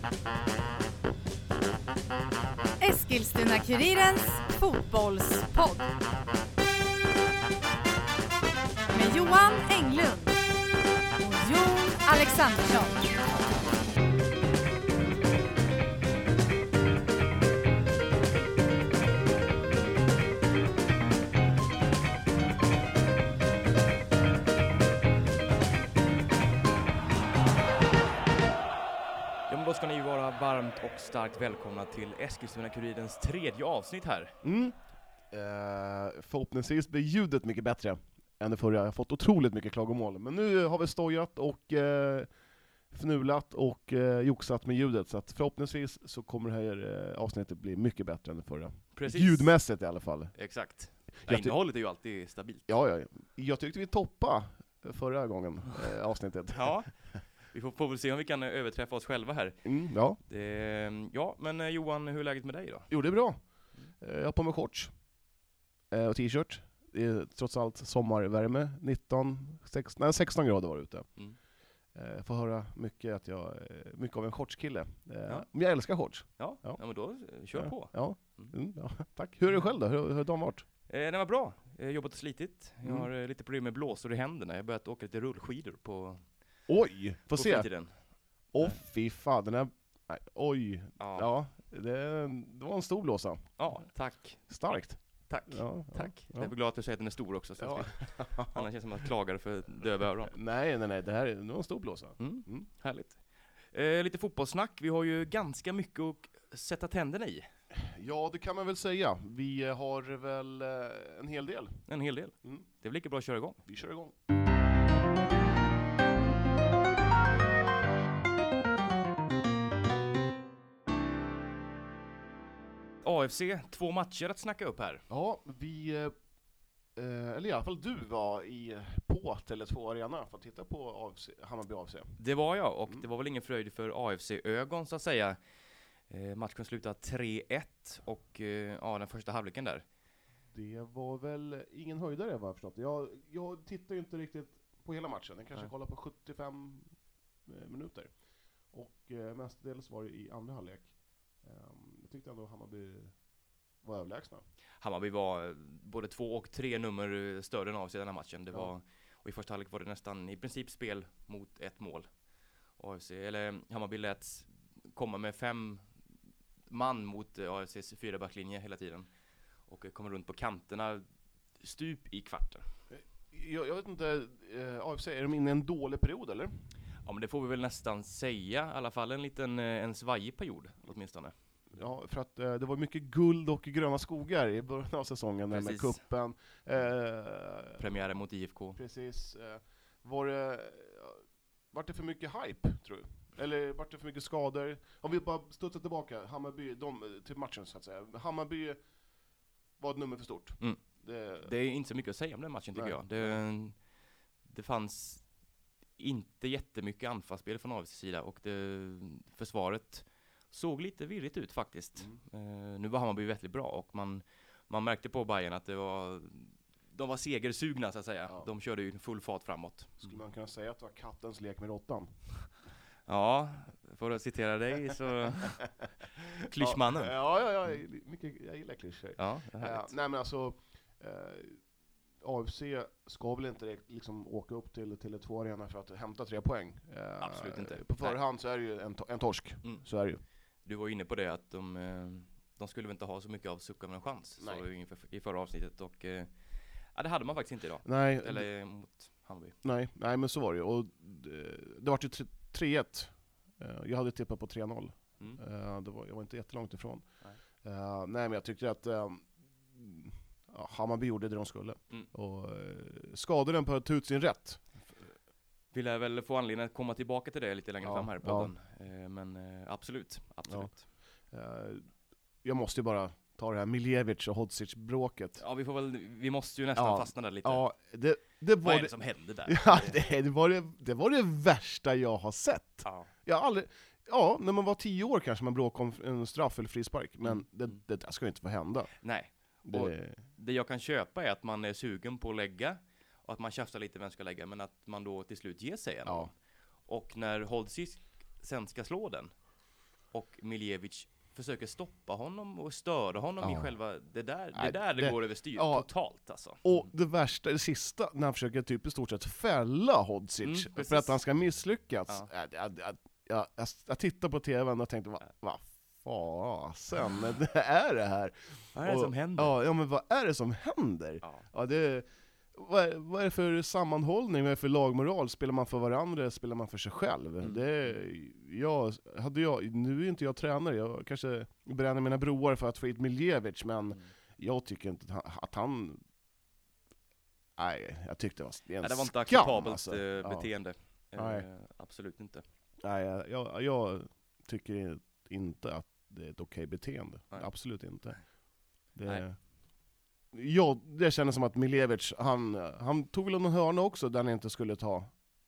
Eskilstuna-Kurirens fotbollspodd. Med Johan Englund och Jon Alexandersson. Då ska ni vara varmt och starkt välkomna till Eskilstuna-Kurirens tredje avsnitt här. Förhoppningsvis blir ljudet mycket bättre än det förra. Jag har fått otroligt mycket klagomål. Men nu har vi stojat och fnulat och joxat med ljudet. Så att förhoppningsvis så kommer det här avsnittet bli mycket bättre än det förra. Precis. Ljudmässigt i alla fall. Exakt. Innehållet är ju alltid stabilt. Ja. Jag tyckte vi toppade förra gången avsnittet. Ja. Vi får väl se om vi kan överträffa oss själva här. Men Johan, hur är läget med dig då? Jo, det är bra. Jag har på mig shorts och t-shirt. Det är trots allt sommarvärme. 16 grader var det ute. Jag får höra mycket att jag är mycket av en shortskille. Men jag älskar shorts. Ja, men då kör på. Ja, tack. Hur är det själv då? Hur har dagen varit? Den var bra. Jag har jobbat och slitit. Jag har lite problem med blåsor i händerna. Jag har börjat åka lite rullskidor på... Oj, får se. Fritiden. Fy fan, den här... Nej, oj. Ja, det var en stor blåsa. Ja, tack. Starkt. Tack. Ja. Jag är glad att du säger att den är stor också. Så annars känns det som att klagar för döva öron. Nej. Det var en stor blåsa. Härligt. Lite fotbollssnack. Vi har ju ganska mycket att sätta tänderna i. Ja, det kan man väl säga. Vi har väl en hel del. Det är väl lika bra att köra igång. Vi kör igång. AFC, 2 matcher att snacka upp här. Ja, eller i alla fall du var på Tele2 Arena för att titta på Hammarby AFC. Det var jag, och det var väl ingen fröjd för AFC-ögon så att säga. Matchen slutade 3-1 och den första halvleken där. Det var väl ingen höjdare vad jag förstått. Jag tittar ju inte riktigt på hela matchen. Jag kanske kollar på 75 minuter. Och mestadels var det i andra halvlek. Jag tyckte ändå Hammarby var överlägsna. Hammarby var både 2 och 3 nummer större än AFC den här matchen. Och i första halvlek var det nästan i princip spel mot 1 mål. Hammarby lät komma med 5 man mot AFCs 4-backlinje hela tiden. Och kommer runt på kanterna stup i kvarten. Jag vet inte, AFC, är de inne i en dålig period eller? Ja, men det får vi väl nästan säga. I alla fall en svajig period åtminstone. Ja, för att det var mycket guld och gröna skogar i början av säsongen med kuppen. Premiären mot IFK. Precis. Var det för mycket hype, tror du? Eller var det för mycket skador? Om vi bara studsar tillbaka, Hammarby, till matchen så att säga. Hammarby var ett nummer för stort. Det är inte så mycket att säga om den matchen tycker jag. Det fanns inte jättemycket anfallsspel från AFCs sida och försvaret såg lite virrigt ut faktiskt. Nu var Hammarby väldigt bra och man märkte på Bayern att de var segersugna så att säga. Ja. De körde ju full fart framåt. Skulle man kunna säga att det var kattens lek med råttan? Ja, för att citera dig så... Klyschmannen. Ja, jag gillar klyschor. Ja, det är härligt. Nej men alltså... AFC ska väl inte liksom åka upp till Tele2 Arena för att hämta 3 poäng. Absolut inte. På förhand så är det ju en torsk. Så är det ju. Du var inne på det att de skulle väl inte ha så mycket av sucka med en chans så i förra avsnittet och det hade man faktiskt inte idag. Nej. Eller mot Hammarby. Nej, men så var det ju. Och det var ju 3-1. Jag hade tippat på 3-0. Jag var inte jättelångt ifrån. Nej, men jag tyckte att Hammarby gjorde det de skulle. Och skadade på att ta ut sin rätt. Vi lär väl få anledning att komma tillbaka till det lite längre fram här i podden. Men absolut. Jag måste ju bara ta det här Miljevic och Hodzic-bråket. Ja, vi måste ju nästan fastna där lite. Ja, vad är det som hände där? Ja, det var det värsta jag har sett. Ja. Jag har aldrig... när man var 10 år kanske man bråkade om en straff eller frispark. Men det där ska ju inte få hända. Nej. Det jag kan köpa är att man är sugen på att lägga och att man tjafsar lite vem ska lägga, men att man då till slut ger sig en. Ja. Och när Hodzic sen ska slå den och Miljevic försöker stoppa honom och störa honom i själva det där går över styr totalt alltså. Och det värsta, det sista, när han försöker typ i stort sett fälla Hodzic för att han ska misslyckas. Jag tittade på tvn och tänkte, vad fasen, det är det här? Vad är det som händer? Ja, men vad är det som händer? Vad är det för sammanhållning, vad är det för lagmoral? Spelar man för varandra, spelar man för sig själv? Nu är inte jag tränare, jag kanske bränner mina broar för att få hit Miljevic, men jag tycker inte att han... Nej, jag tyckte det var en det var inte skam, acceptabelt alltså. beteende. Absolut inte. Nej, jag tycker inte att det är ett okej beteende. Nej. Absolut inte. Det kändes som att Miljevic, han tog väl en hörna också där han inte skulle ta.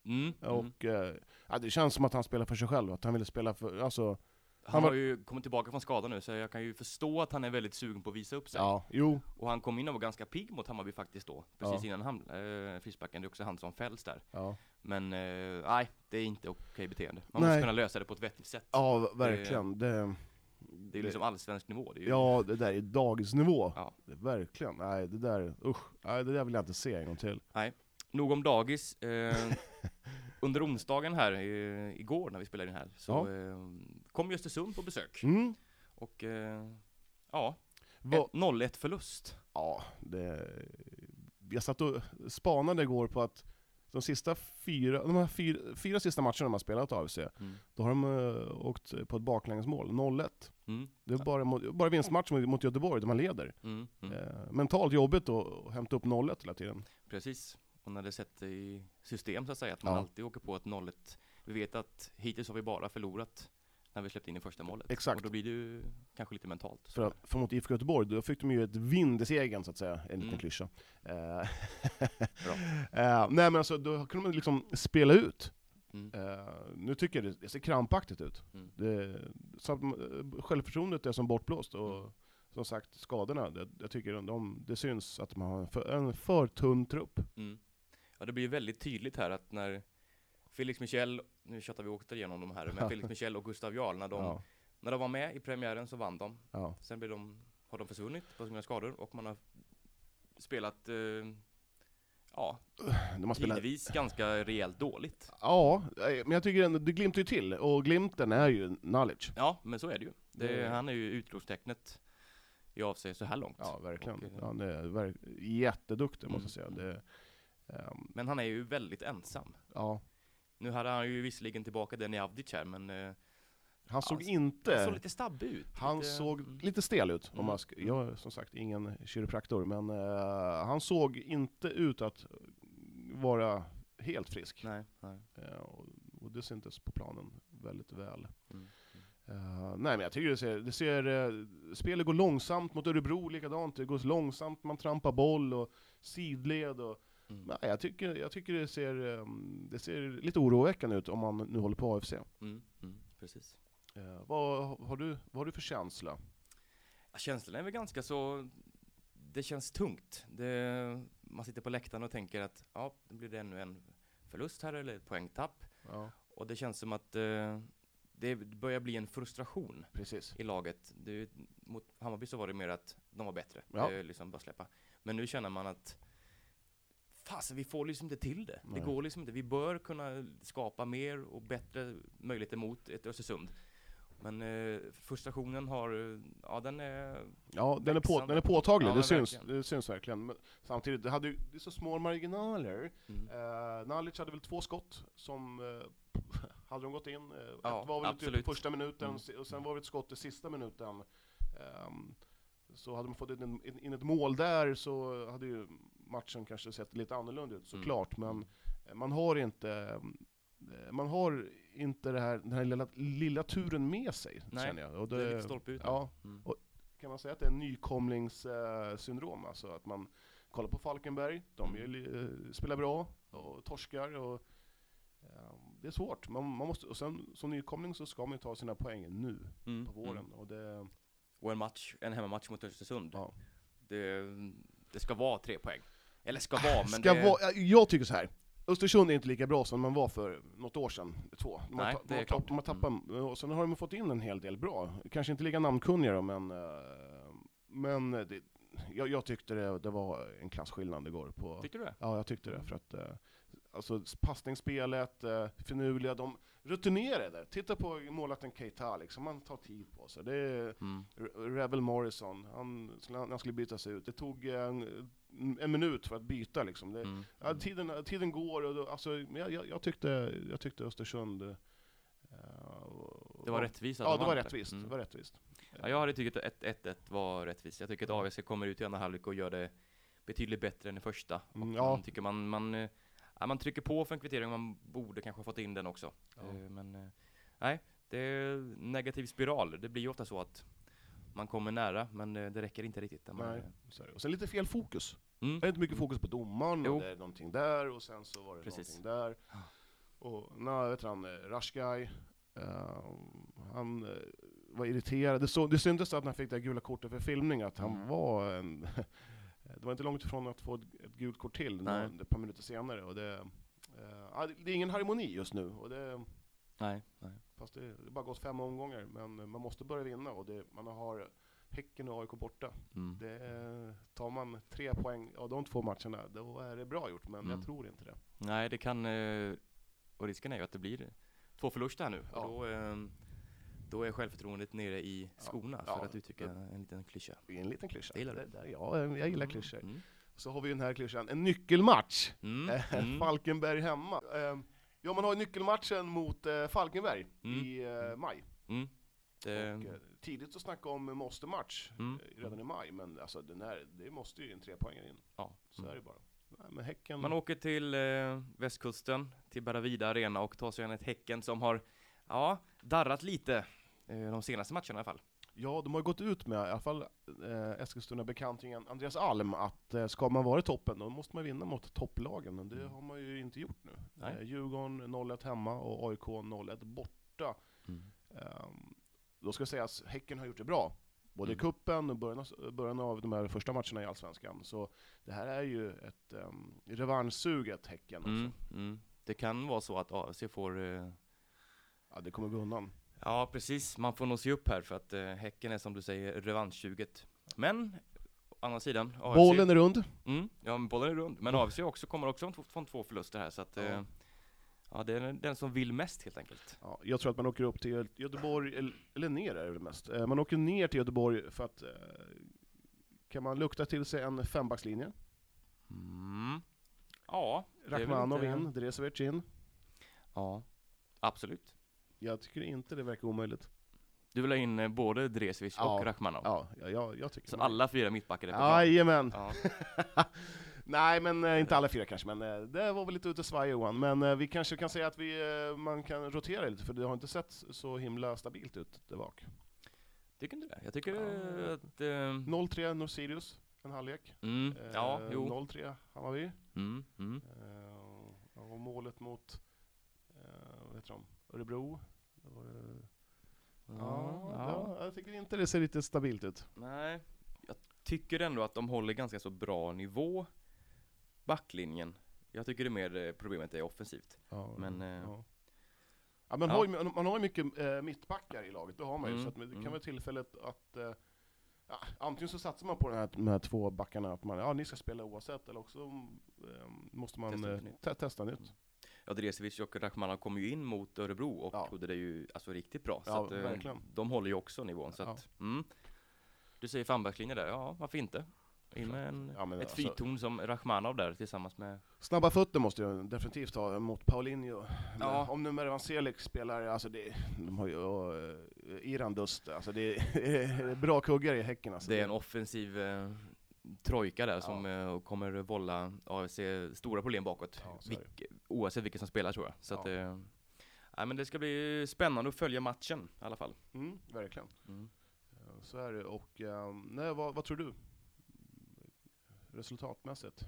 Det känns som att han spelar för sig själv, att han ville spela för... Alltså, han har ju kommit tillbaka från skada nu, så jag kan ju förstå att han är väldigt sugen på att visa upp sig. Och han kom in och var ganska pigg mot Hammarby faktiskt då, precis innan frisbacken. Det är också han som fälls där. Men nej, det är inte okej beteende. Man måste kunna lösa det på ett vettigt sätt. Ja, verkligen. Det är liksom allsvensk nivå. Det är ju... Ja, det där är dagisnivå. Det är verkligen. Nej, det där vill jag inte se en gång till. Nej. Nog om dagis. Under onsdagen här, igår när vi spelade in här, så kom Östersund på besök. Och 0-1 förlust. Ja, jag satt och spanade igår på att de här fyra sista matcherna de har spelat AFC, då har de åkt på ett baklängesmål, 0-1. Det är bara vinstmatch mot Göteborg där man leder. Mentalt jobbigt att hämta upp 0-1 hela tiden. Precis. Och när det sätter i system så att säga, att man alltid åker på ett 0-1. Vi vet att hittills har vi bara förlorat när vi släppte in i första målet. Exakt. Och då blir det ju kanske lite mentalt. För mot IFK Göteborg, då fick de ju ett vind i segern så att säga, en liten klyscha. Nej, men alltså, då kunde man liksom spela ut. Nu tycker jag det ser krampaktigt ut. Självförtroendet är som bortblåst och som sagt, skadorna, jag tycker det syns att man har en för tunn trupp. Ja, det blir ju väldigt tydligt här att när Felix Michel, nu tjatar vi åter igenom de här, men Felix Michel och Gustav Jarl, när de var med i premiären så vann de. Sen har de försvunnit på sina skador och man har spelat tidvis ganska rejält dåligt. Ja, men jag tycker ändå det glimtar ju till, och glimten är ju knowledge. Ja, men så är det ju. Han är ju utropstecknet i av sig så här långt. Ja, verkligen. Han är jätteduktig, måste jag säga. Men han är ju väldigt ensam. Ja. Nu hade han ju visserligen tillbaka den i Avdic här, men han såg lite stabbig ut. Han såg lite stel ut. Jag är som sagt ingen kiropraktor, men han såg inte ut att vara helt frisk. Nej. Och det syntes på planen väldigt väl. Nej, men jag tycker det ser spelet går långsamt mot Örebro, likadant. Det går långsamt, man trampar boll och sidled och nej, jag tycker det ser lite oroväckande ut om man nu håller på AFC. Precis. Vad har du för känsla? Ja, känslan är väl ganska så, det känns tungt. Man sitter på läktaren och tänker att det blir det ännu en förlust här eller ett poängtapp. Och det känns som att det börjar bli en frustration. Precis. I laget. Mot Hammarby så var det mer att de var bättre. Liksom bara släppa. Men nu känner man att vi får liksom inte till det. Det går liksom inte. Vi bör kunna skapa mer och bättre möjligheter mot ett Östersund. Men frustrationen den är påtaglig. Det syns verkligen. Men samtidigt, det är så små marginaler. Nalic hade väl 2 skott som hade de gått in. Ett var väl typ på första minuten och sen var det ett skott i sista minuten. Så hade man fått in ett mål där, så hade ju matchen kanske sett lite annorlunda ut, såklart. Men man har inte den här lilla turen med sig. Nej, känner jag. Och det är lite stolpe ut. Och kan man säga att det är nykomlingssyndrom, alltså att man kollar på Falkenberg, de spelar bra och torskar, och det är svårt. Man måste, och sen som nykomling så ska man ju ta sina poäng nu på våren. Och en hemmamatch mot Östersund. Det ska vara 3 poäng. Eller ska vara, men jag tycker så här. Östersund är inte lika bra som man var för något år sedan, 2. Nej, det är klart. De har tappat, och sen har de fått in en hel del bra. Kanske inte lika namnkunniga, men jag tyckte det var en klassskillnad igår. Tyckte du det? Ja, jag tyckte det. För att alltså passningsspelet, finurliga, de rutinerade. Titta på målvakten Keita, liksom, han tar tid på sig. Det är Rebel Morrison, han skulle bytas ut. Det tog en minut för att byta, liksom. Tiden går, och alltså, jag tyckte Östersund det var rättvist. Ja, det var rättvist. Det var rättvist. Ja, jag hade tyckt att 1-1 var rättvist. Jag tycker att AVC kommer ut i andra halvlek och gör det betydligt bättre än i första. Och man tycker man trycker på för en kvittering, man borde kanske ha fått in den också. Men nej, det är negativ spiral. Det blir ju ofta så att man kommer nära, men det räcker inte riktigt. Nej, och sen lite fel fokus. Det är inte mycket fokus på domaren, och det är någonting där, och sen så var det någonting där. Och Rashkai, han var irriterad. Det syntes att han fick det gula kortet för filmning, att han var det var inte långt ifrån att få ett gult kort till ett par minuter senare, och det är ingen harmoni just nu, och nej. Fast det bara gått 5 omgångar, men man måste börja vinna, och man har Häcken och AIK borta. Tar man 3 poäng av de 2 matcherna, då är det bra gjort, men jag tror inte det. Nej, det kan, och risken är ju att det blir 2 förluster här nu. Ja. Och då är självförtroendet nere i skorna, för att uttrycka en liten klyscha. En liten klyscha. Det gillar du? Jag gillar klyschor. Så har vi den här klyschan, en nyckelmatch. Falkenberg hemma. Ja, man har ju nyckelmatchen mot Falkenberg i maj. Och, tidigt att snacka om måste-match redan i maj, men alltså det måste ju en 3-poängare in. Ja. Så är det bara. Nej, men Häcken... Man åker till västkusten, till Bravida Arena, och tar sig an ett Häcken som har darrat lite de senaste matcherna i alla fall. Ja, de har gått ut med i alla fall Eskilstuna-bekantingen Andreas Alm att ska man vara i toppen, då måste man vinna mot topplagen, men det har man ju inte gjort nu. Djurgården 0-1 hemma och AIK 0-1 borta. Då ska sägas att Häcken har gjort det bra. Både i kuppen och början av de här första matcherna i Allsvenskan. Så det här är ju ett revanschsuget Häcken också. Det kan vara så att AFC får... Ja, det kommer gå undan. Ja, precis. Man får nog se upp här, för att Häcken är, som du säger, revanschsuget. Men, å andra sidan... AFC, bollen är rund. Ja, men bollen är rund. Men AFC kommer också från 2 förluster här, så att... Ja, det är den som vill mest, helt enkelt. Ja, jag tror att man åker upp till Göteborg, eller ner är det mest. Man åker ner till Göteborg för att kan man lukta till sig en 5-backslinje? Ja. Rachmanov in, Dresevic in. Ja, absolut. Jag tycker inte det verkar omöjligt. Du vill ha in både Dresevic och Rachmanov? Ja, jag tycker så alla 4 mittbackar är på plan? Jajamän! Ja. Nej, men inte alla 4 kanske, men det var väl lite ute svaj, Johan. Men vi kanske kan säga att man kan rotera lite, för det har inte sett så himla stabilt ut där bak. Tycker inte det? Jag tycker att... 0-3 Norrsirius, en halvlek. 0-3 Hammarby. Och målet mot Örebro. Jag tycker inte det ser riktigt stabilt ut. Nej, jag tycker ändå att de håller ganska så bra nivå, backlinjen. Jag tycker det är mer problemet är offensivt. Men man har ju mycket mittbackar i laget, det har man ju. Så att det kan vara tillfället att antingen så satsar man på de här 2 backarna, att ni ska spela oavsett, eller också måste man testa nytt. Ja, Dresevic och Rachmanov kom ju in mot Örebro och gjorde det ju alltså riktigt bra. Så att, de håller ju också nivån. Så att, du säger fembackslinje där, varför inte? In med ett fyrtorn som Rachmanov där tillsammans med... Snabba fötter måste jag definitivt ha mot Paulinho. Om nu Mervan Selic spelar, alltså de har ju Iran Dust, alltså det är bra kuggar i Häcken. Alltså. Det är en offensiv trojka där som kommer vålla AFC stora problem bakåt. Oavsett vilka som spelar, tror jag. Så att, men det ska bli spännande att följa matchen i alla fall. Verkligen. Så är det. Och vad tror du? Resultatmässigt?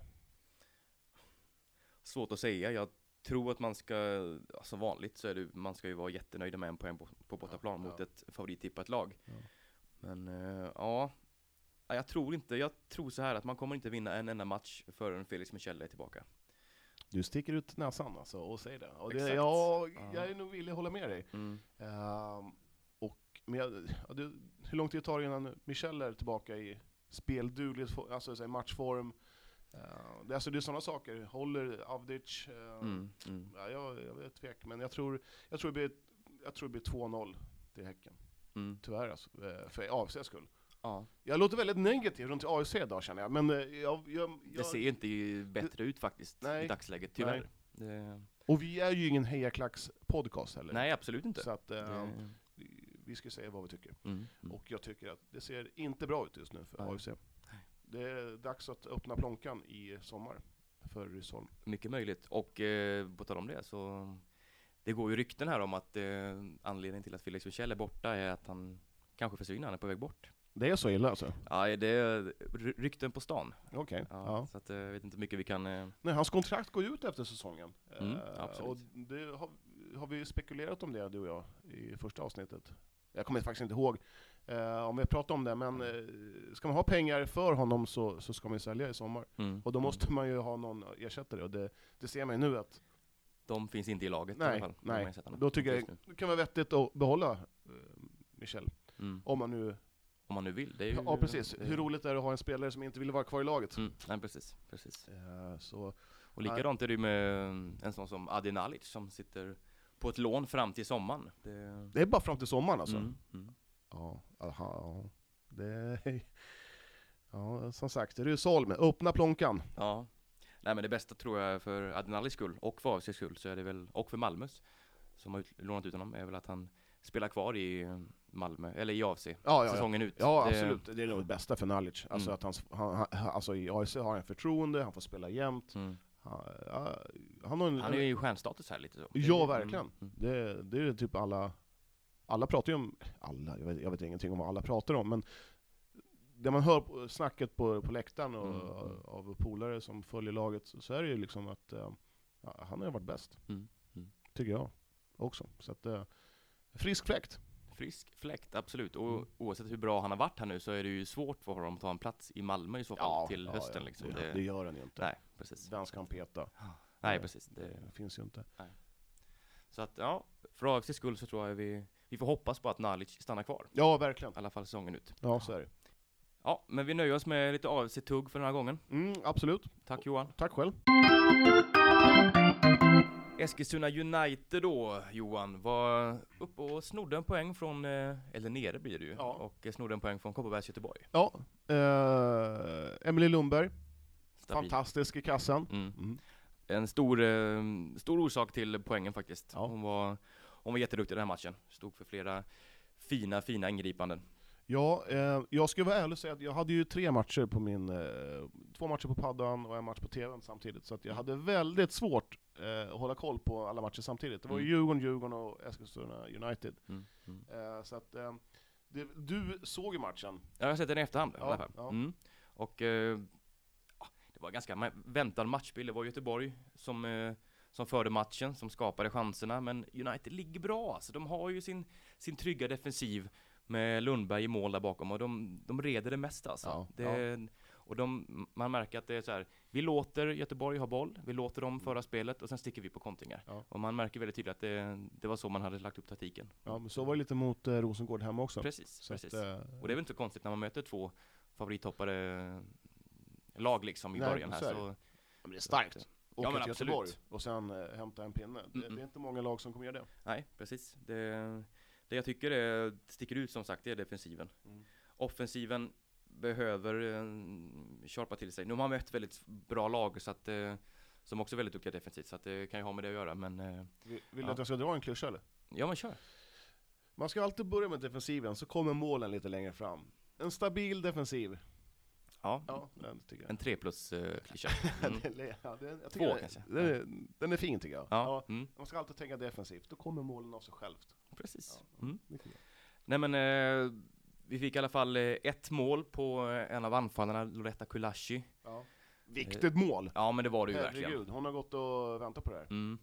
Svårt att säga. Jag tror att man ska, alltså vanligt så är det, man ska ju vara jättenöjd med en poäng på bortaplan mot ett favorittippat lag. Men jag tror inte. Jag tror så här att man kommer inte vinna en enda match förrän Felix Michel är tillbaka. Du sticker ut näsan alltså och säger det. Och det Exakt. jag är nog villig att hålla med dig. Mm. Hur lång tid tar det innan Michel är tillbaka i speldugligt, alltså matchform? Det är sådana saker. Håller Avdic? Jag vet tvek, men jag tror det blir 2-0 till Häcken. Tyvärr alltså, för AFC:s skull. Ja. Jag låter väldigt negativ runt AFC idag, känner jag. Men det ser inte bättre ut faktiskt i dagsläget, tyvärr. Och vi är ju ingen hejaklacks podcast heller. Nej, absolut inte. Så att vi ska säga vad vi tycker. Och jag tycker att det ser inte bra ut just nu för AFC. Det är dags att öppna plånkan i sommar för Rysholm. Mycket möjligt. Och på tal om det så det går ju rykten här om att anledningen till att Felix Michel är borta är att han kanske försvinner, han är på väg bort. Det är så illa alltså? Ja, det är rykten på stan. Okej. Så att jag vet inte mycket vi kan... Nej, hans kontrakt går ut efter säsongen. Absolut. Och det har vi spekulerat om det, du och jag, i första avsnittet. Jag kommer faktiskt inte ihåg om vi pratar om det, men ska man ha pengar för honom så ska man sälja i sommar. Och då måste man ju ha någon ersättare, och det ser man ju nu att de finns inte i laget. Nej, i alla fall. nej. Då tycker jag det kan vara vettigt att behålla Michel. Om man nu vill. Det är ju, ja, precis. Hur roligt är det att ha en spelare som inte vill vara kvar i laget? Nej, precis. Och likadant är det ju med en sån som Adi Nalic som sitter på ett lån fram till sommaren. Det är bara fram till sommaren alltså? Ja, som sagt, Rysholm, öppna plånkan. Ja. Nej, men det bästa tror jag för Adi Nalics skull och för AFCs skull, så är det väl, och för Malmös som har lånat ut honom, är väl att han spelar kvar i Malmö, eller i AFC, säsongen ut. Ja, absolut. Det är nog det bästa för Nalic. Alltså att alltså i AFC har han förtroende, han får spela jämt. Han är ju i stjärnstatus här lite så. Ja, verkligen. Det är typ alla pratar ju om, jag vet ingenting om vad alla pratar om, men det man hör snacket på läktaren och av polare som följer laget, så är det ju liksom att han har varit bäst. Tycker jag också. Så att frisk fläkt, absolut. Och oavsett hur bra han har varit här nu, så är det ju svårt för honom att ta en plats i Malmö i så fall till hösten. Liksom. Det gör han ju inte. Nej, precis. Den ska han peta. Nej, precis. Det finns ju inte. Nej. Så att, för AFCs skull så tror jag vi får hoppas på att Nalic stannar kvar. Ja, verkligen. I alla fall säsongen ut. Ja, så är det. Ja, men vi nöjer oss med lite AFC-tugg för den här gången. Absolut. Tack Johan. Tack själv. Eskilstuna United då, Johan, var uppe och snodde en poäng från, eller nere blir det ju, och snodde en poäng från Kopparbergs Göteborg. Ja, Emily Lundberg, stabil. Fantastisk i kassan. En stor orsak till poängen faktiskt. Ja. Hon var jätteduktig i den här matchen. Stod för flera fina ingripanden. Ja, jag ska vara ärlig och säga att jag hade ju 3 matcher på 2 matcher på paddan och en match på tvn samtidigt. Så att jag hade väldigt svårt att hålla koll på alla matcher samtidigt. Det var Djurgården och Eskilstuna United. Så att du såg ju matchen. Ja, jag har sett den i efterhand i alla fall. Ja. Och det var ganska väntad matchbild. Det var Göteborg som förde matchen, som skapade chanserna. Men United ligger bra. Alltså, de har ju sin trygga defensiv med Lundberg i mål där bakom, och de reder det mesta alltså. Och man märker att det är så här: vi låter Göteborg ha boll, vi låter dem föra spelet och sen sticker vi på kontringar. Och man märker väldigt tydligt att det var så man hade lagt upp taktiken. Ja, men så var det lite mot Rosengård hemma också. Precis. Och det är väl inte så konstigt när man möter 2 favorittoppade lag liksom i början här. Så men det är starkt. Ja, men till absolut. Göteborg och sen hämta en pinne. Det är inte många lag som kommer göra det. Nej, precis. Det jag tycker sticker ut som sagt, det är defensiven. Offensiven behöver köpa till sig. Nu har man mött väldigt bra lag så att, som också är väldigt duktiga defensivt, så att det kan ju ha med det att göra. Men, vill du att jag ska dra en klyscha eller? Ja, men kör. Man ska alltid börja med defensiven, så kommer målen lite längre fram. En stabil defensiv. Ja, tycker jag. En 3+-klyscha. 2 kanske. Den är fin tycker jag. Ja. Man ska alltid tänka defensivt, då kommer målen av sig självt. Precis. Nej, men vi fick i alla fall 1 mål på en av anfallarna, Loretta Kulashi. Viktigt mål. Ja, men det var det ju verkligen. Herregud, hon har gått och väntat på det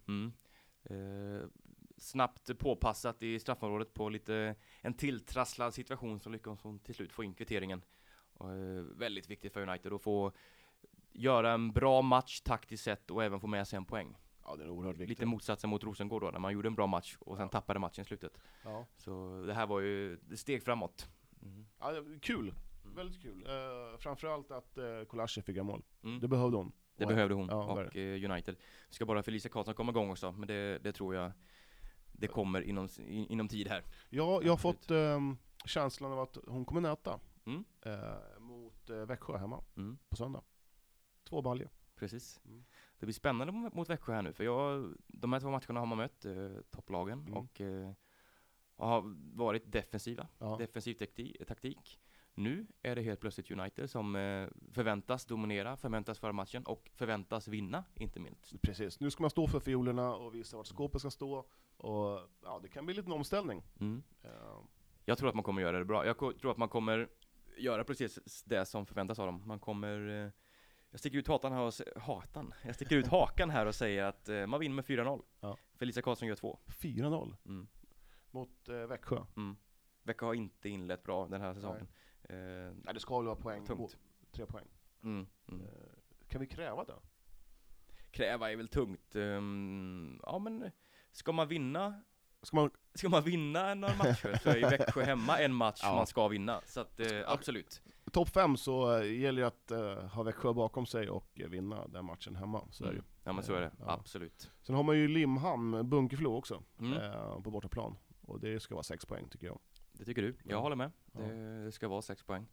här. Snabbt påpassat i straffområdet på en tilltrasslad situation, som lyckades hon till slut få in kvitteringen. Och, väldigt viktigt för United att få göra en bra match taktiskt sett och även få med sig en poäng. Ja, det är oerhört viktigt. Lite motsatsen mot Rosengård då, när man gjorde en bra match och sen tappade matchen i slutet. Ja. Så det här var ju ett steg framåt. Ja, kul. Väldigt kul. Framförallt att Kolaschi fick en mål. Mm. Det behövde hon. Det behövde hon och United. Ska bara Felicia Karlsson komma igång också, men det tror jag det kommer inom tid här. Ja, jag har fått känslan av att hon kommer nöta mot Växjö hemma på söndag. 2 baljor. Precis. Det blir spännande mot Växjö här nu, för de här 2 matcherna har man mött topplagen och har varit defensiva. Ja. Defensiv taktik. Nu är det helt plötsligt United som förväntas dominera, förväntas föra matchen och förväntas vinna, inte minst. Precis. Nu ska man stå för fiolerna och visa vart skåpet ska stå. Och ja, det kan bli lite en omställning. Jag tror att man kommer göra det bra. Jag tror att man kommer göra precis det som förväntas av dem. Man kommer... Jag sticker ut Jag sticker ut hakan här och säger att man vinner med 4-0. Ja. Felicia Karlsson gör 2. 4-0 mot Växjö. Växjö har inte inlett bra den här säsongen. Nej, det ska väl vara poäng. Tungt. 3 poäng. Kan vi kräva det? Kräva är väl tungt. Ja, men ska man vinna några matcher så är ju Växjö hemma en match man ska vinna. Så att, absolut. Topp 5 så gäller det att ha Växjö bakom sig och vinna den matchen hemma. Så är det. Ja, men så är det. Absolut. Sen har man ju Limhamn, Bunkeflo också på bortaplan. Och det ska vara 6 poäng tycker jag. Det tycker du? Jag håller med. Det ska vara 6 poäng.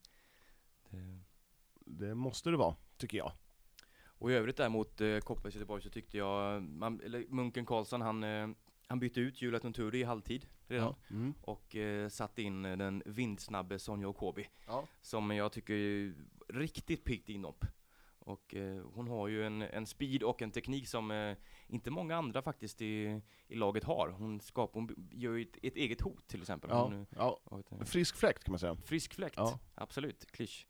Det måste det vara, tycker jag. Och i övrigt där mot Kopparbergs Göteborg så tyckte jag Munken Karlsson han bytte ut Julia Tunturi i halvtid redan och satte in den vindsnabbe Sonja Okobi som jag tycker är riktigt piggt inhopp. Och hon har ju en speed och en teknik som inte många andra faktiskt i laget har. Hon gör ju ett eget hot till exempel. Frisk fläkt kan man säga. Frisk fläkt, absolut. Klisch.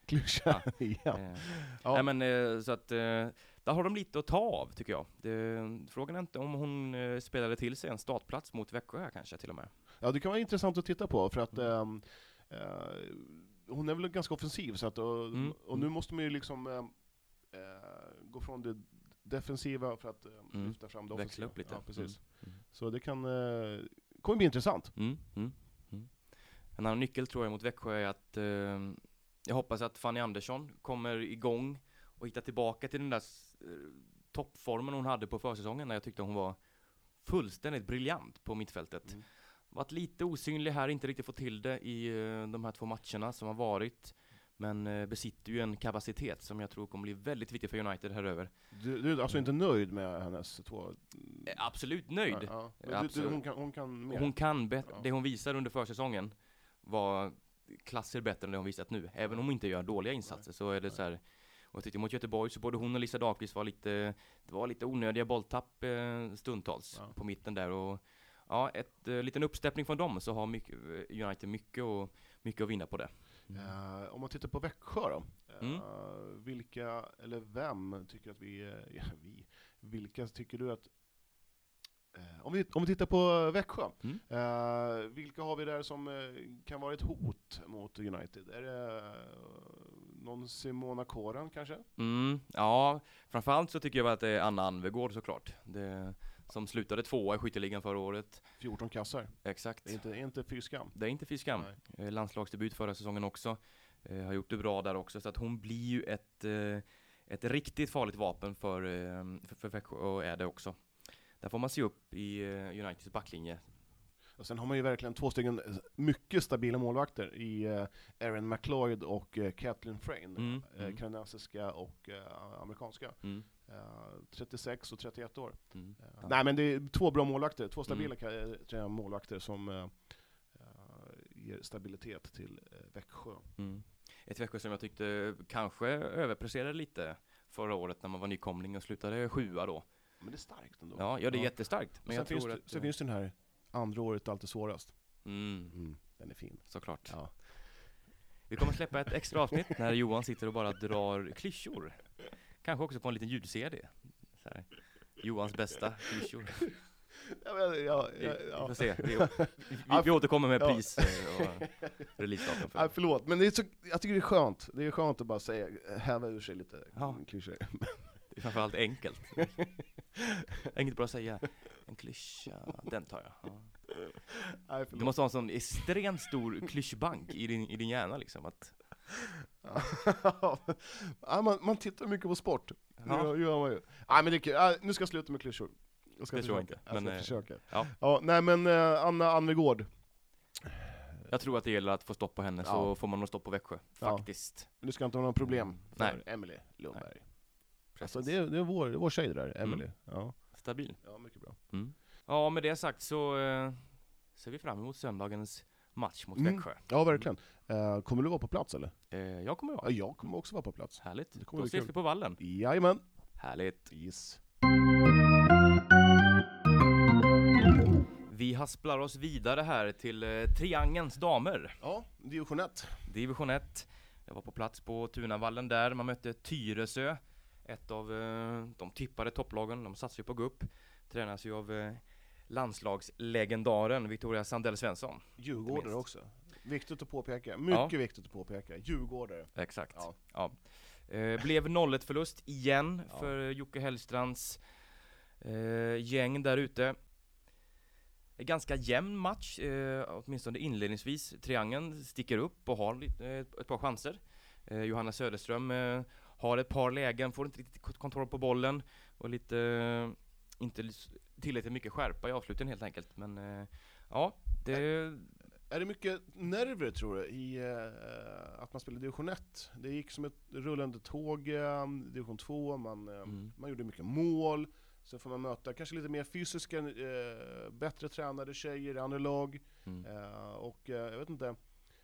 Nej, men så att där har de lite att ta av tycker jag. Frågan är inte om hon spelade till sig en startplats mot Växjö här kanske till och med. Ja, det kan vara intressant att titta på för att hon är väl ganska offensiv så att, och nu måste man ju liksom gå från det defensiva för att lyfta fram det offensiva. Växla upp lite. Ja, precis. Så det kommer bli intressant. En annan nyckel tror jag mot Växjö är att jag hoppas att Fanny Andersson kommer igång och hittar tillbaka till den där toppformen hon hade på försäsongen när jag tyckte hon var fullständigt briljant på mittfältet. Varit lite osynlig här, inte riktigt fått till det i de här 2 matcherna som har varit. Men besitter ju en kapacitet som jag tror kommer bli väldigt viktig för United här över. Du är alltså inte nöjd med hennes 2? Absolut nöjd. Absolut. Hon kan mer. Hon kan bättre. Det hon visar under försäsongen var klasser bättre än det hon visat nu. Även om hon inte gör dåliga insatser så är det så här. Och jag tyckte mot Göteborg så både hon och Lisa Dahlqvist det var lite onödiga bolltapp stundtals på mitten där. Och ett liten uppsteppning från dem så har United mycket att vinna på det. Om man tittar på Växjö då, vilka eller vem tycker att vilka tycker du att om vi tittar på Växjö, vilka har vi där som kan vara ett hot mot United? Är det någon Simona Koran kanske? Ja, framförallt så tycker jag att det är Anna Anvegård såklart. Som slutade 2 i skytteligan förra året. 14 kassar. Exakt. Det är inte fy skam. Det är inte fy skam. Landslagsdebut förra säsongen också. Har gjort det bra där också. Så att hon blir ju ett riktigt farligt vapen för Växjö och är det också. Där får man se upp i Uniteds backlinje. Och sen har man ju verkligen 2 stycken mycket stabila målvakter i Erin McLeod och Kathleen Frayne. Kanadensiska och amerikanska. 36 och 31 år. Nej, men det är 2 bra målvakter, 2 stabila målvakter som ger stabilitet till Växjö. Ett Växjö som jag tyckte kanske överpresterade lite förra året när man var nykomling och slutade 7:a då. Men det är starkt ändå. Ja, det är jättestarkt. Men jag tror sen finns den här andra året alltid svårast. Den är fin. Såklart. Ja. Vi kommer släppa ett extra avsnitt när Johan sitter och bara drar klyschor. Kanske också på en liten ljud-CD. Johans bästa klyschor. Vi får se. Vi återkommer med pris och releasedatum. Nej, förlåt, men jag tycker det är skönt. Det är skönt att bara säga, häva ur sig lite klyschor. Det är framförallt enkelt. Enkelt bara att säga en klyscha, den tar jag. Ja. Nej, du måste ha en sån extremt stor klyschbank i din hjärna liksom. Att... ja, man tittar mycket på sport. Ja. Gör man ju. Nej, men det är, nu ska jag sluta med klyschor. Det tror jag inte. Jag ska försöka. Ja. Nej, men Anna Anvegård. Jag tror att det gäller att få stopp på henne, så får man nog stopp på Växjö, faktiskt. Du ska inte ha några problem för Nej. Emily Lundberg. Precis. Alltså, det är vår tjej det där, Emily. Ja. Stabil. Ja, mycket bra. Ja, med det sagt så ser vi fram emot söndagens match mot Växjö. Ja, verkligen. Kommer du vara på plats eller? Jag kommer vara. Ja, jag kommer också vara på plats. Härligt. Då ses vi på vallen. Jajamän. Härligt. Yes. Vi hasplar oss vidare här till Triangelns damer. Ja, division 1. Division 1. Jag var på plats på Tunavallen där. Man mötte Tyresö. Ett av de tippade topplagen. De satsar ju på gupp. Tränas ju av landslagslegendaren Victoria Sandell Svensson. Djurgårdare också. Viktigt att påpeka. Mycket viktigt att påpeka. Djurgårdare. Exakt. Ja. Blev 0-1 förlust igen för Jocke Hellstrands gäng där ute. En ganska jämn match, åtminstone inledningsvis. Triangeln sticker upp och har ett par chanser. Johanna Söderström har ett par lägen, får inte riktigt kontroll på bollen och inte tillräckligt mycket skärpa i avsluten helt enkelt. Men det... Är det mycket nerver tror du i att man spelar division 1? Det gick som ett rullande tåg, division 2, man gjorde mycket mål. Så får man möta kanske lite mer fysiska, bättre tränade tjejer i andra lag. Och jag vet inte,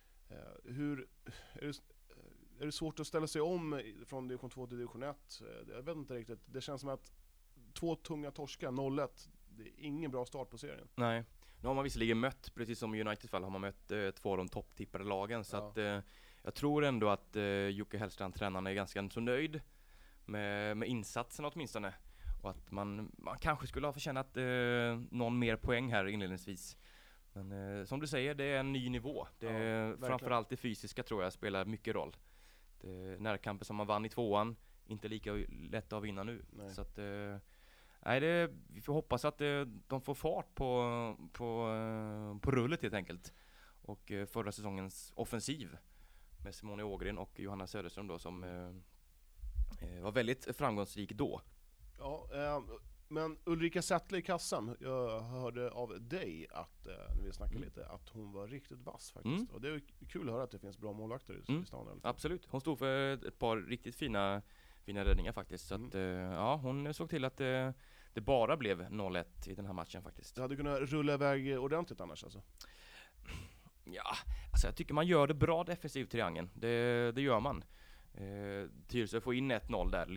är det svårt att ställa sig om från division 2 till division 1? Jag vet inte riktigt. Det känns som att 2 tunga torskar, 0-1, det är ingen bra start på serien. Nej. Nu har man visserligen mött, precis som i Uniteds fall, har man mött 2 av de topptippade lagen. Så att jag tror ändå att Jocke Hellstrand, tränaren, är ganska så nöjd med insatsen åtminstone. Och att man kanske skulle ha förtjänat någon mer poäng här inledningsvis. Men som du säger, det är en ny nivå. Framförallt det fysiska tror jag spelar mycket roll. Närkampen som man vann i 2:an, inte lika lätt att vinna nu. Nej. Så att, vi får hoppas att de får fart på rullet helt enkelt. Och förra säsongens offensiv med Simone Ågren och Johanna Söderström då, som var väldigt framgångsrik då. Ja, men Ulrika Sättler i kassan, jag hörde av dig att, när vi snackade lite, att hon var riktigt vass faktiskt. Och det är kul att höra att det finns bra målvakter i stan. Absolut, hon stod för ett par riktigt fina räddningar faktiskt. Så att, hon såg till att det bara blev 0-1 i den här matchen faktiskt. Det hade kunnat rulla iväg ordentligt annars alltså? Ja, alltså jag tycker man gör det bra defensivt, Triangeln. Det gör man. Tyresö får in 1-0 där,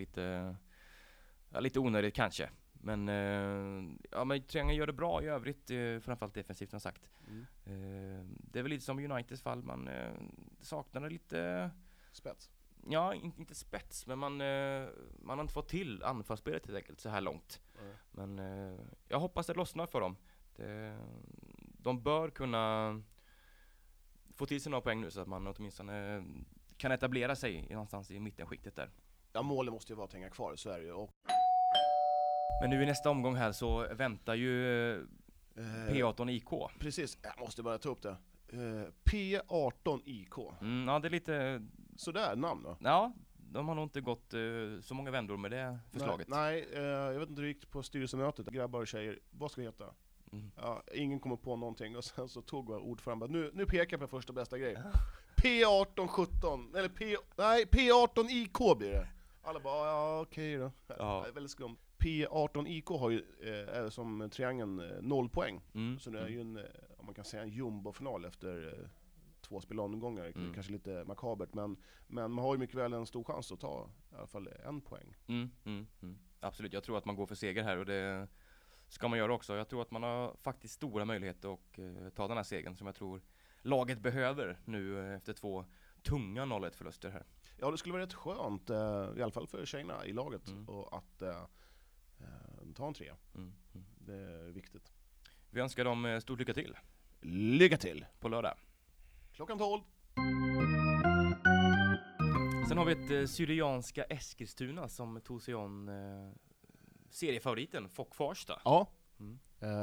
lite onödigt kanske. Men Triangeln gör det bra i övrigt, framförallt defensivt som sagt. Det är väl lite som Uniteds fall, man saknar lite spets. Ja, inte spets, men man har inte fått till anfallsspelet helt enkelt så här långt. Men jag hoppas det lossnar för dem. De bör kunna få till sig några poäng nu så att man åtminstone kan etablera sig någonstans i mittenskiktet där. Ja, målet måste ju vara att hänga kvar i Sverige. Men nu i nästa omgång här så väntar ju P18 IK. Precis, jag måste bara ta upp det. P18 IK. Ja, det är lite... Sådär namn då? Ja, de har nog inte gått så många vändor med det förslaget. Nej, jag vet inte hur det gick på styrelsemötet. Grabbar och tjejer, vad ska det heta? Ja, ingen kommer på någonting och sen så tog vår ordförande nu pekar på första bästa grej. P18 17 eller P18 IK blir det. Alla bara ja, okej då. Ja. Det är väldigt skumt. P18 IK har ju som Triangeln 0 poäng. Så det är ju om man kan säga en jumbo-final efter 2 spelomgångar. Kanske lite makabert, men man har ju mycket väl en stor chans att ta i alla fall 1 poäng. Absolut, jag tror att man går för seger här och det ska man göra också. Jag tror att man har faktiskt stora möjligheter att ta den här segern som jag tror laget behöver nu efter 2 tunga 0-1 förluster här. Ja, det skulle vara rätt skönt, i alla fall för tjejerna i laget, och att ta en 3. Det är viktigt. Vi önskar dem stort lycka till Lycka till! på lördag. Klockan 12. Sen har vi ett syrianska Eskilstuna som tog sig on seriefavoriten FOK Farsta. Ja. Mm.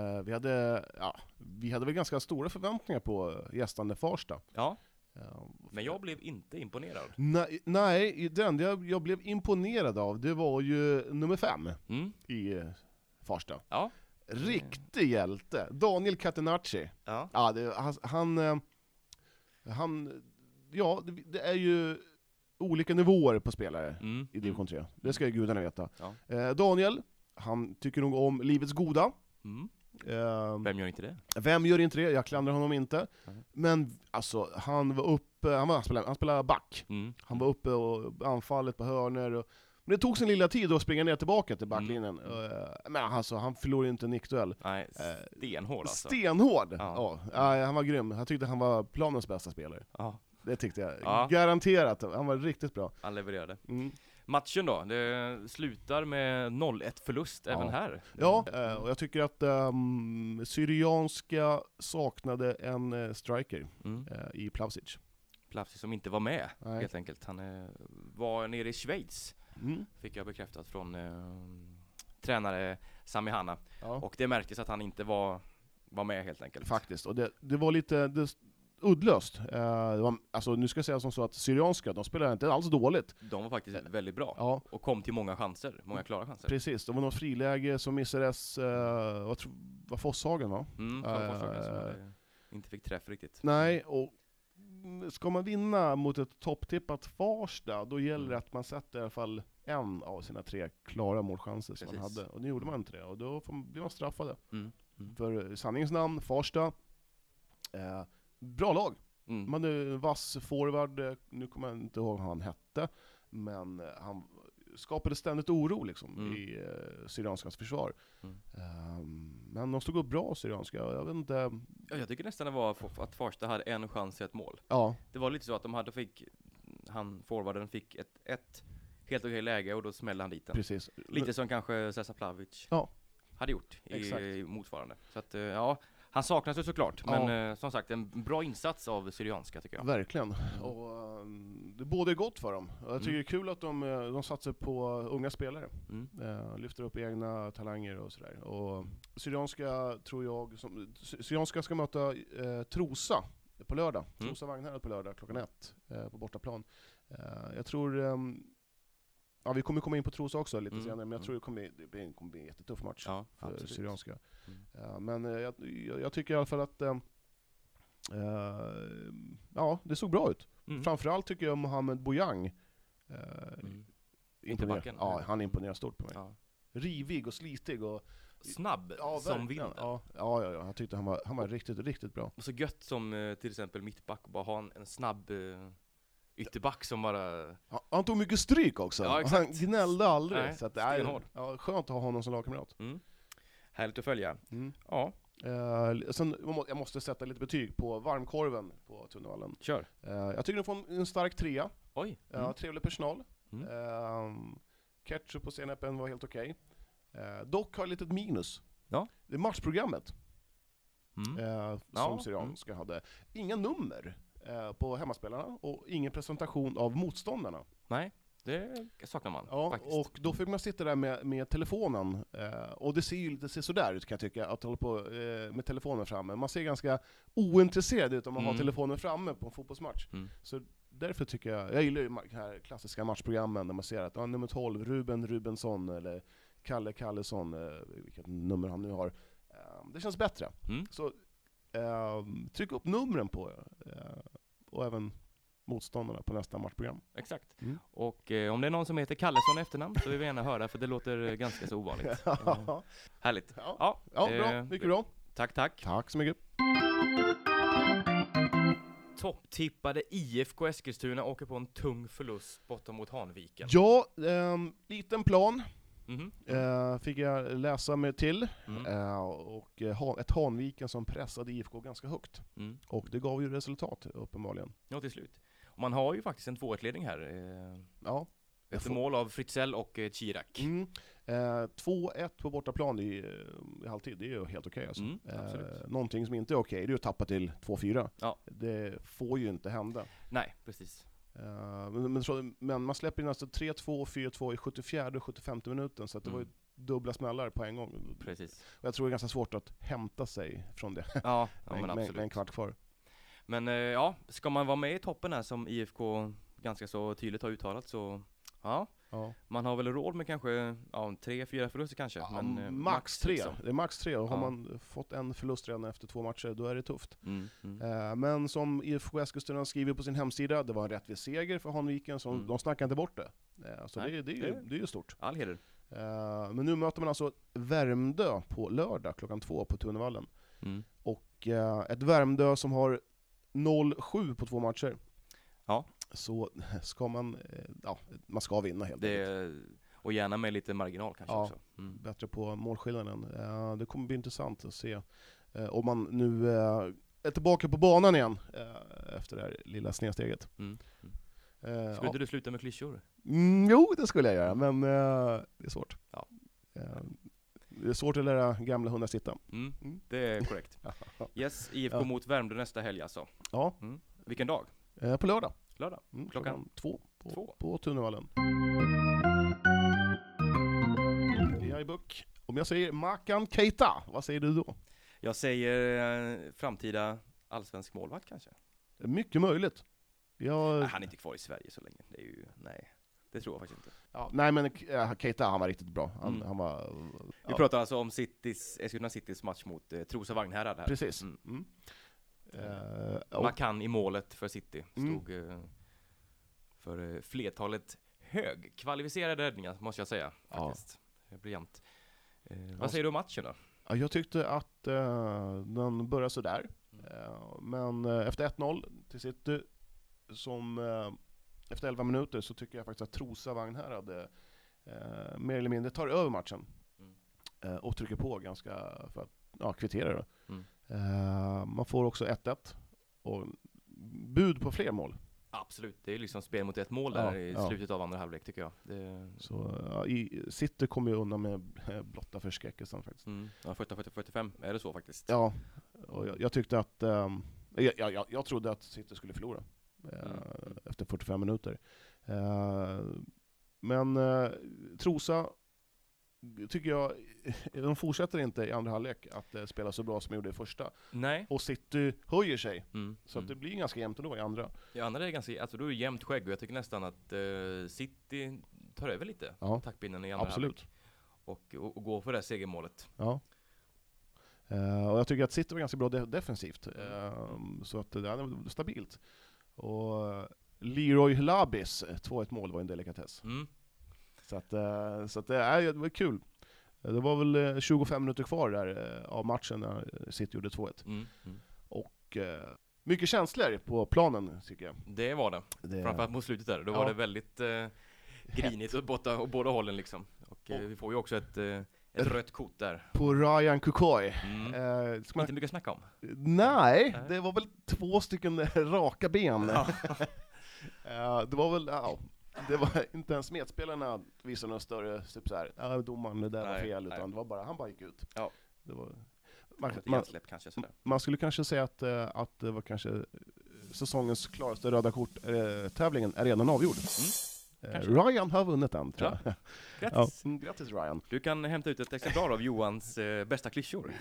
Vi hade väl ganska stora förväntningar på gästande Farsta. Ja, men jag blev inte imponerad. Nej, den jag blev imponerad av, det var ju nummer 5 i Farsta. Ja. Riktig hjälte. Daniel Catenacci. Ja. Ja, det är ju olika nivåer på spelare i division 3. Det ska ju gudarna veta. Ja. Daniel, han tycker nog om livets goda. Vem gör inte det? Vem gör inte det? Jag klandrar honom inte. Men alltså, han var uppe, han spelade back. Han var uppe och anfallet på hörner. Men det tog sin lilla tid att springa ner tillbaka till backlinjen. Men alltså, han förlorade inte en nickduell. Nej, stenhård alltså. Stenhård! Ja. Han var grym. Jag tyckte han var planens bästa spelare. Ja. Det tyckte jag. Garanterat. Han var riktigt bra. Han levererade. Matchen då, det slutar med 0-1 förlust även här. Ja, och jag tycker att Syrianska saknade en striker i Plavsic. Plavsic som inte var med, helt enkelt. Han var nere i Schweiz, fick jag bekräftat från tränare Sami Hanna. Ja. Och det märktes att han inte var med helt enkelt. Faktiskt, och det var lite uddlöst. Alltså, nu ska jag säga som så att Syrianska, de spelade inte alls dåligt. De var faktiskt väldigt bra och kom till många chanser, många klara chanser. Precis, det var något friläge som missades, var Fosshagen va? Fosshagen som inte fick träff riktigt. Nej, och ska man vinna mot ett topptippat Farsta, då gäller det att man sätter i alla fall en av sina 3 klara målchanser som man hade. Och nu gjorde man inte det, och då blev man straffade. För sanningens namn, Farsta, bra lag. Man hade vass forward, nu kommer jag inte ihåg vad han hette, men han skapade ständigt oro liksom, i Syrianskans försvar. Men de stod upp bra, Syrianska. Jag vet inte. Ja, jag tycker nästan det var att Farsta hade en chans i ett mål. Ja. Det var lite så att forwarden fick ett helt okej läge och då smällde han dit den. Precis. Lite som kanske Cesar Plavic hade gjort i motsvarande. Så att han saknas ju såklart, men som sagt en bra insats av Syrianska tycker jag. Verkligen. Och det både är gott för dem. Jag tycker det är kul att de satsar på unga spelare. Lyfter upp egna talanger och sådär. Och Syrianska tror jag Syrianska ska möta Trosa på lördag. Trosa Vagnhärad på lördag klockan 1 på bortaplan. Jag tror vi kommer komma in på Trosa också lite senare, men jag tror det kommer bli en jättetuff match för Syrianska. Men jag tycker i alla fall att det såg bra ut. Framförallt tycker jag Mohamed Bouyang Ytterbacken. Ja, han imponerar stort på mig. Ja. Rivig och slitig och snabb som vinden. Ja, jag tyckte han var riktigt, riktigt bra. Och så gött som till exempel mittback, bara ha en snabb ytterback som bara... Han tog mycket stryk också. Ja, han gnällde aldrig. Nej, så att det är skönt att ha honom som lagkamrat. Härligt att följa. Ja. Sen jag måste sätta lite betyg på varmkorven på Tunnevallen. Kör. Jag tycker de får en stark 3. Oj. Trevlig personal. Ketchup på senapen var helt okej. Dock har jag ett litet minus. Ja. Det är matchprogrammet. Som Syrianska hade. Inga nummer på hemmaspelarna och ingen presentation av motståndarna. Nej, det saknar man faktiskt. Och då fick man sitta där med telefonen och det ser sådär ut kan jag tycka att hålla på med telefonen framme. Man ser ganska ointresserad ut om man har telefonen framme på en fotbollsmatch. Så därför tycker jag gillar ju de här klassiska matchprogrammen där man ser att nummer 12 Ruben Rubensson eller Kalle Kallesson, vilket nummer han nu har. Det känns bättre. Så tryck upp numren på och även motståndarna på nästa matchprogram. Exakt. Och om det är någon som heter Kallesson i efternamn så vill vi gärna höra, för det låter ganska så ovanligt. Härligt. Ja, bra. Mycket bra. Tack. Tack så mycket. Topptippade IFK Eskilstuna åker på en tung förlust borta mot Hanviken. Ja, liten plan. Fick jag läsa mig till och ett Hanviken som pressade IFK ganska högt. Och det gav ju resultat uppenbarligen. Ja, till slut. Och man har ju faktiskt en 2-1-ledning här. Ja. Efter mål av Fritzell och Chirac. 2-1 på bortaplan i halvtid, det är ju helt okej alltså. Absolut. Någonting som inte är okej, det är att tappa till 2-4. Ja. Det får ju inte hända. Nej, precis. Men man släpper in alltså 3-2 och 4-2 i 74 och 75 minuten, så att det var ju dubbla smällar på en gång. Precis. Och jag tror det är ganska svårt att hämta sig från det. Ja, men absolut. Med en kvart kvar. Men ja, ska man vara med i toppen här som IFK ganska så tydligt har uttalat, så ja. Man har väl råd med kanske 3-4 förluster kanske. Ja, men max 3. liksom. Det är max 3, och har man fått en förlust redan efter 2 matcher, då är det tufft. Men som IFK Eskilstuna skriver på sin hemsida, det var en rättvis seger för Hanviken, så de snackar inte bort det. Så nej, det är ju stort. All heder. Men nu möter man alltså Värmdö på lördag klockan 2 på Tunevallen. Och ett Värmdö som har 0-7 på 2 matcher. Ja. Så ska man ska vinna helt enkelt. Och gärna med lite marginal kanske också. Bättre på målskillnaden. Det kommer bli intressant att se om man nu är tillbaka på banan igen efter det här lilla snedsteget. Skulle inte du sluta med klyschor? Jo, det skulle jag göra, men det är svårt. Det är svårt att lära gamla hundar sitta. Det är korrekt. Yes, IFK mot Värmdö nästa helg alltså. Ja. Vilken dag? På lördag. Klockan 2 på Tunevallen. Om jag säger Makan Keita, vad säger du då? Jag säger framtida allsvensk målvakt kanske. Mycket möjligt. Han är inte kvar i Sverige så länge. Det är ju, det tror jag faktiskt inte. Nej, men Keita, han var riktigt bra. Han var, Vi pratar alltså om Eskilstuna Citys match mot Trosa Vagnhärad här. Precis. Makan i målet för City stod för flertalet högkvalificerade räddningar, måste jag säga faktiskt. Briljant. Vad säger du om matchen då? Jag tyckte att den började så där. Men efter 1-0 till City, som efter 11 minuter, så tycker jag faktiskt att Trosa Vagnhärad mer eller mindre tar över matchen och trycker på ganska för att kvittera då. Man får också 1-1 och bud på fler mål. Absolut, det är liksom spel mot ett mål där i slutet av andra halvlek tycker jag. Så City kommer ju undan med blotta förskräckelsen faktiskt. Ja, 45 är det så faktiskt. Ja, och jag tyckte att jag trodde att City skulle förlora efter 45 minuter. Men Trosa tycker jag, de fortsätter inte i andra halvlek att spela så bra som de gjorde i första. Nej. Och City höjer sig. Så att det blir ganska jämnt ändå i andra. I andra är det ganska, alltså då är det jämnt skägg, och jag tycker nästan att City tar över lite taktpinnen i andra halvlek. Och går för det segermålet. Ja. Och jag tycker att City var ganska bra defensivt. Så att det var stabilt. Och Leroy Labis 2-1 mål var en delikatess. Så att det var kul. Det var väl 25 minuter kvar där av matchen när City gjorde 2-1. Och mycket känslor på planen tycker jag. Det var det. Framförallt mot slutet där. Då var det väldigt grinigt åt båda hållen liksom. Och vi får ju också ett rött kort där. På Ryan Kukoy. Inte mycket att snacka om. Nej, det var väl 2 stycken raka ben. Det var väl, det var inte ens medspelarna visade någon större typ så här, domaren, det där var fel, utan det var bara, han bara gick ut. Det var man skulle kanske säga att det var kanske säsongens klaraste röda kort tävlingen är redan avgjord. Ryan har vunnit den, tror jag. Grattis. Grattis Ryan. Du kan hämta ut ett exemplar av Johans bästa klyschor.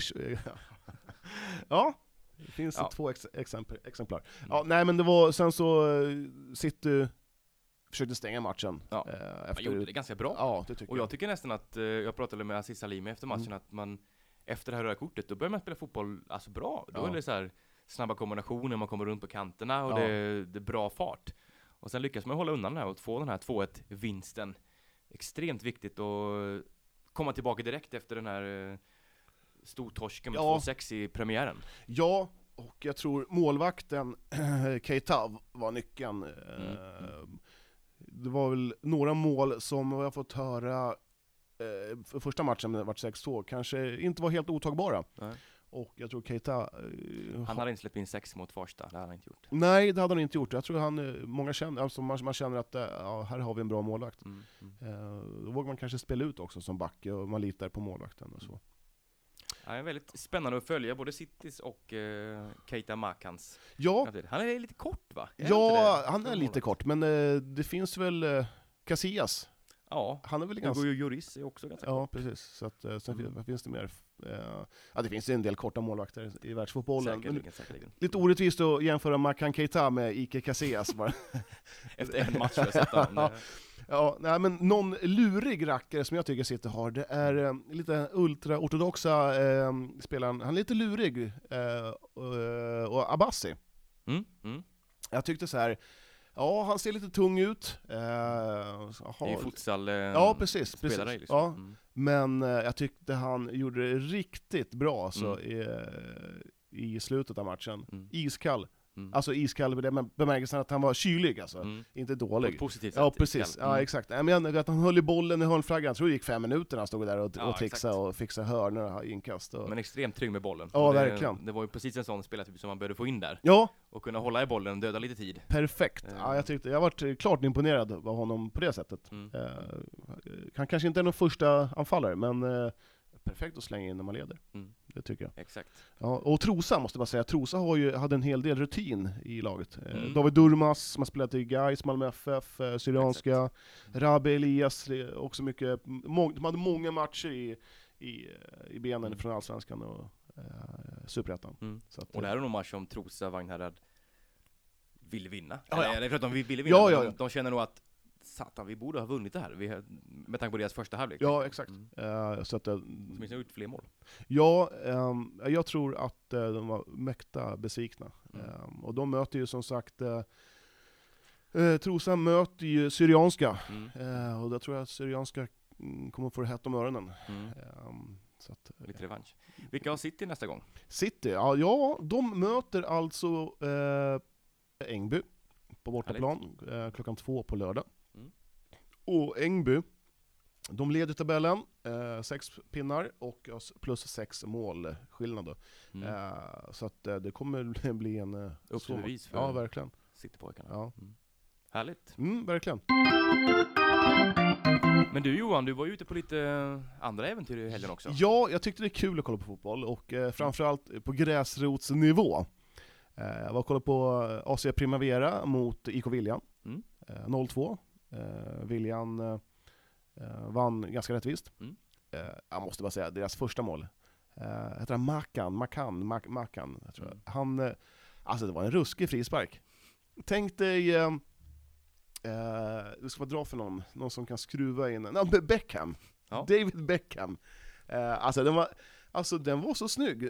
Ja, det finns 2 exemplar. Nej, men det var sen så City försökte stänga matchen. Man gjorde det ganska bra. Ja, det tycker jag tycker nästan att jag pratade med Aziz Salimi efter matchen att man efter det här röda kortet då börjar man spela fotboll alltså bra. Då är det så här snabba kombinationer, man kommer runt på kanterna och det är bra fart. Och sen lyckas man hålla undan det här och få den här 2-1-vinsten. Extremt viktigt att komma tillbaka direkt efter den här stortorsken med 2-6 i premiären. Ja, och jag tror målvakten Keita var nyckeln. Det var väl några mål som jag fått höra första matchen, det var 6-2, kanske inte var helt otagbara. Och jag tror Keita... Han hade inte släppt in 6 mot Farsta, det hade han inte gjort. Nej, det hade han inte gjort. Jag tror många känner, alltså man känner att här har vi en bra målvakt. Då vågar man kanske spela ut också som back och man litar på målvakten och så. Ja, det är väldigt spännande att följa både Citys och Keita Makans. Ja, Han är lite kort, va? ja han är lite kort, men det finns väl Casillas. Ja, Han är väl ganska... Joris är också ganska kort. Ja, precis. Så att, sen finns det mer. Ja, det finns en del korta målvakter i världsfotbollen. Säkerligen. Lite orättvist att jämföra Makan Keita med Ike Casillas bara. Efter en match har jag sett honom. Ja, nej, men någon lurig rackare som jag tycker sitter har, det är lite ultraortodoxa spelaren. Han är lite lurig. Och Abassi. Jag tyckte så här. Ja, han ser lite tung ut. Det är ju futsal ja, precis. Spelare liksom. Ja. Men jag tyckte han gjorde det riktigt bra alltså, i slutet av matchen. Iskall. Alltså iskall med det bemärkelsen att han var kylig alltså. Inte dålig. Positivt. Ja, precis. Ja, exakt. Jag menar att han höll i bollen i hörnflaggan. Jag tror det gick 5 minuter när han stod där och trixade och fixade hörnor och inkast. Men extremt trygg med bollen. Ja, verkligen. Det var ju precis en sån spelartyp som man behövde få in där. Ja. Och kunna hålla i bollen och döda lite tid. Perfekt. Ja, jag varit klart imponerad av honom på det sättet. Han kanske inte är någon första anfallare, men perfekt att slänga in när man leder. Det tycker jag. Exakt. Ja, och Trosa måste bara säga. Trosa hade en hel del rutin i laget. David Durmas som har spelat i Gais, Malmö FF, Syrianska. Rabi Elias, också mycket. De hade många matcher i benen från Allsvenskan och Superettan. Och det här är nog match som Trosa Vagnhärad vill vinna. Ja, Eller för att de vill vinna. Ja. De känner nog att satan, vi borde ha vunnit det här. Med tanke på deras första halvlek. Ja, exakt. Så att de har gjort fler mål. Ja, jag tror att de var mäkta besvikna. Och de möter ju som sagt Trosa möter ju Syrianska. Och då tror jag att Syrianska kommer få det hett om öronen. Så att, lite revansch. Vilka har City nästa gång? City, ja de möter alltså Ängby på bortaplan klockan 2 på lördag. Och Ängby, de leder tabellen 6 pinnar och plus 6 målskillnad då. Så att det kommer bli en uppbevis för verkligen Citypojkarna. Ja. Härligt. Verkligen. Men du Johan, du var ju ute på lite andra äventyr i helgen också. Ja, jag tyckte det är kul att kolla på fotboll och framförallt på gräsrotsnivå. Jag var och kollade på AC Primavera mot IK Viljan. 0-2. Viljan vann ganska rättvist. Jag måste bara säga, deras första mål heter Makan, jag tror jag. Han, alltså det var en ruskig frispark. Tänk dig du ska dra för någon som kan skruva in Beckham. Ja. David Beckham. Den var så snygg.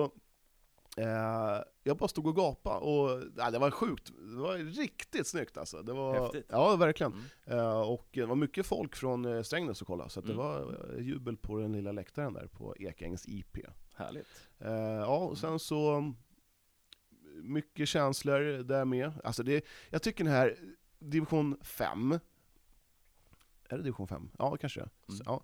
Jag bara stod och gapade och det var sjukt. Det var riktigt snyggt alltså. Det var häftigt. Ja, verkligen. Och det var mycket folk från Strängnäs att kolla, så att det var jubel på den lilla läktaren där på Ekängs IP. Härligt. Och sen så mycket känslor där med. Alltså jag tycker den här division 5. Är det division 5? Ja, kanske. Ja.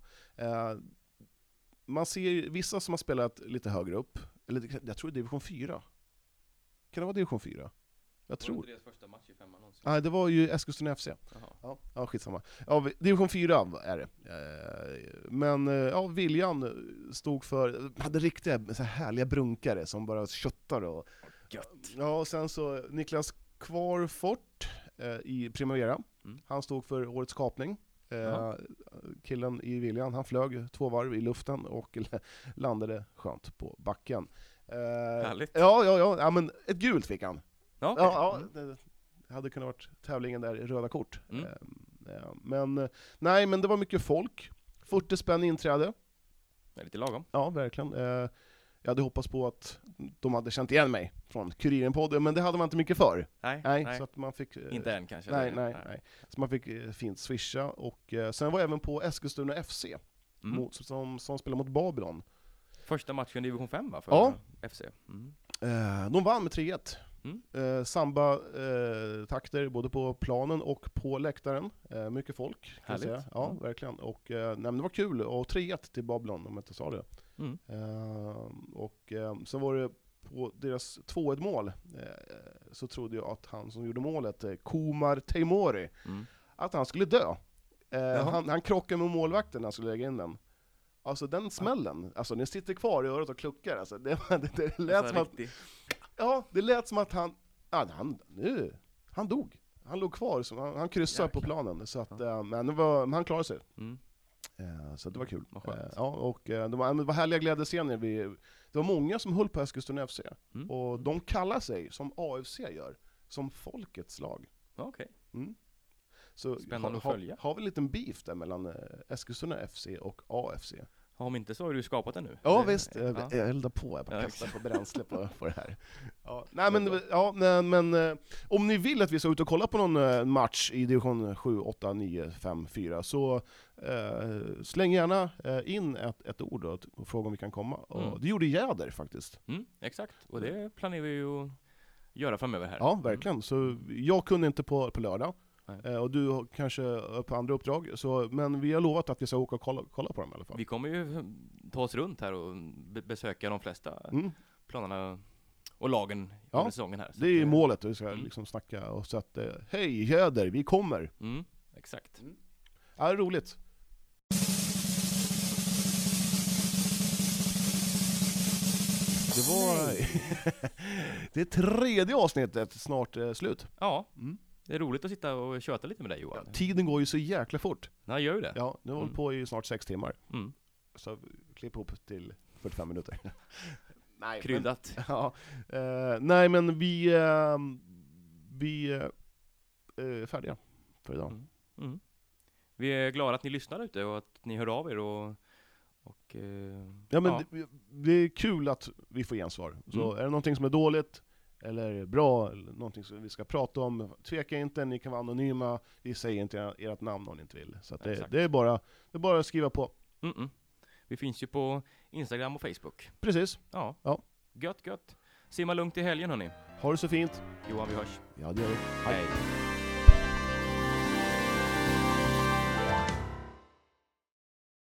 Man ser vissa som har spelat lite högre upp. Eller jag tror det är division 4. Kan det vara division 4? Jag tror. Var det deras första match i 5 någonsin? Nej, det var ju Eskilstuna FC. Ja, skitsamma. Ja, division 4 är det. Men Viljan stod hade riktiga så här härliga brunkare som bara köttade och gött. Ja, och sen så Niklas Kvarfort i Primavera. Han stod för årets kapning. Killen i Viljan, han flög 2 varv i luften och landade skönt på backen. Härligt. Ja, men ett gult fick han. Okay. Det hade kunnat varit tävlingen där i röda kort. Men det var mycket folk. 40 spänn inträde. Det är lite lagom. Ja, verkligen. Jag hade hoppats på att de hade känt igen mig från Kuriren-podden, men det hade man inte mycket för. Nej. Så att man fick, inte än kanske. Nej. Så man fick fint swisha. Och sen var även på Eskilstuna FC som spelar mot Babylon. Första matchen i division 5 va? För FC. De vann med 3-1. Samba takter både på planen och på läktaren. Mycket folk kan jag säga. Ja, verkligen. Och det var kul. Och 3-1 till Babylon, om jag inte sa det. Och så var det på deras 2-1 mål, så trodde jag att han som gjorde målet, Komar Teimori, att han skulle dö. Han krockade med målvakten när han skulle lägga in den. Alltså den smällen, alltså den sitter kvar i örat och kluckar. Alltså, det lät som att, det lät som att han dog. Han låg kvar, så han kryssade på planen. Så att, men han klarade sig. Så det var kul. Och det var härliga glädjescener. Det var många som höll på Eskilstuna FC. Och de kallar sig, som AFC gör, som folkets lag. Okej. Så spännande att följa. Har vi en liten beef där mellan Eskilstuna FC och AFC. Om inte så har du skapat det nu. Ja visst, jag eldar på, jag bara kastar på bränsle på det här. Men om ni vill att vi ska ut och kolla på någon match i division 7, 8, 9, 5, 4 så släng gärna in ett ord och fråga om vi kan komma. Och det gjorde Jäder faktiskt. Exakt, och det planerar vi ju att göra framöver här. Ja, verkligen. Så jag kunde inte på lördag. Och du kanske på andra uppdrag, men vi har lovat att vi ska åka och kolla på dem i alla fall. Vi kommer ju ta oss runt här och besöka de flesta planerna och lagen under säsongen här. Så det är målet, vi ska liksom snacka och så att hej Jäder, vi kommer. Exakt. Ja, roligt. Det var det är 3:e avsnittet, snart slut. Ja. Det är roligt att sitta och köta lite med dig, Johan. Ja, tiden går ju så jäkla fort. Ja, gör ju det. Ja, nu har hållit på i snart 6 timmar. Så klipp ihop till 45 minuter. Nej, kryddat. Nej, men vi är färdiga för idag. Vi är glada att ni lyssnar ute och att ni hör av er och det är kul att vi får gensvar. Så är det någonting som är dåligt eller bra, eller någonting som vi ska prata om, tveka inte, ni kan vara anonyma, vi säger inte ert namn om ni inte vill. Så att det är bara att skriva på. Vi finns ju på Instagram och Facebook. Precis. Ja. Gött. Simma lugnt i helgen, hörni. Ha det så fint. Johan, vi hörs. Ja, det gör vi. Hej.